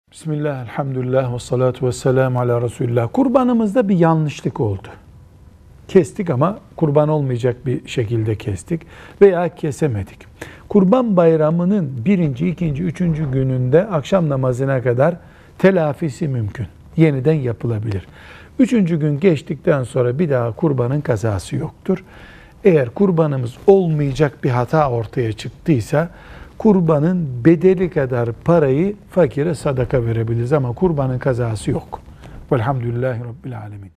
Bismillah, elhamdülillah ve salatu ve selamu ala Resulullah. Kurbanımızda bir yanlışlık oldu. Kestik ama kurban olmayacak bir şekilde kestik veya kesemedik. Kurban bayramının birinci, ikinci, üçüncü gününde akşam namazına kadar telafisi mümkün. Yeniden yapılabilir. Üçüncü gün geçtikten sonra bir daha kurbanın kazası yoktur. Eğer kurbanımız olmayacak bir hata ortaya çıktıysa, kurbanın bedeli kadar parayı fakire sadaka verebiliriz ama kurbanın kazası yok. Velhamdülillahi Rabbil Alemin.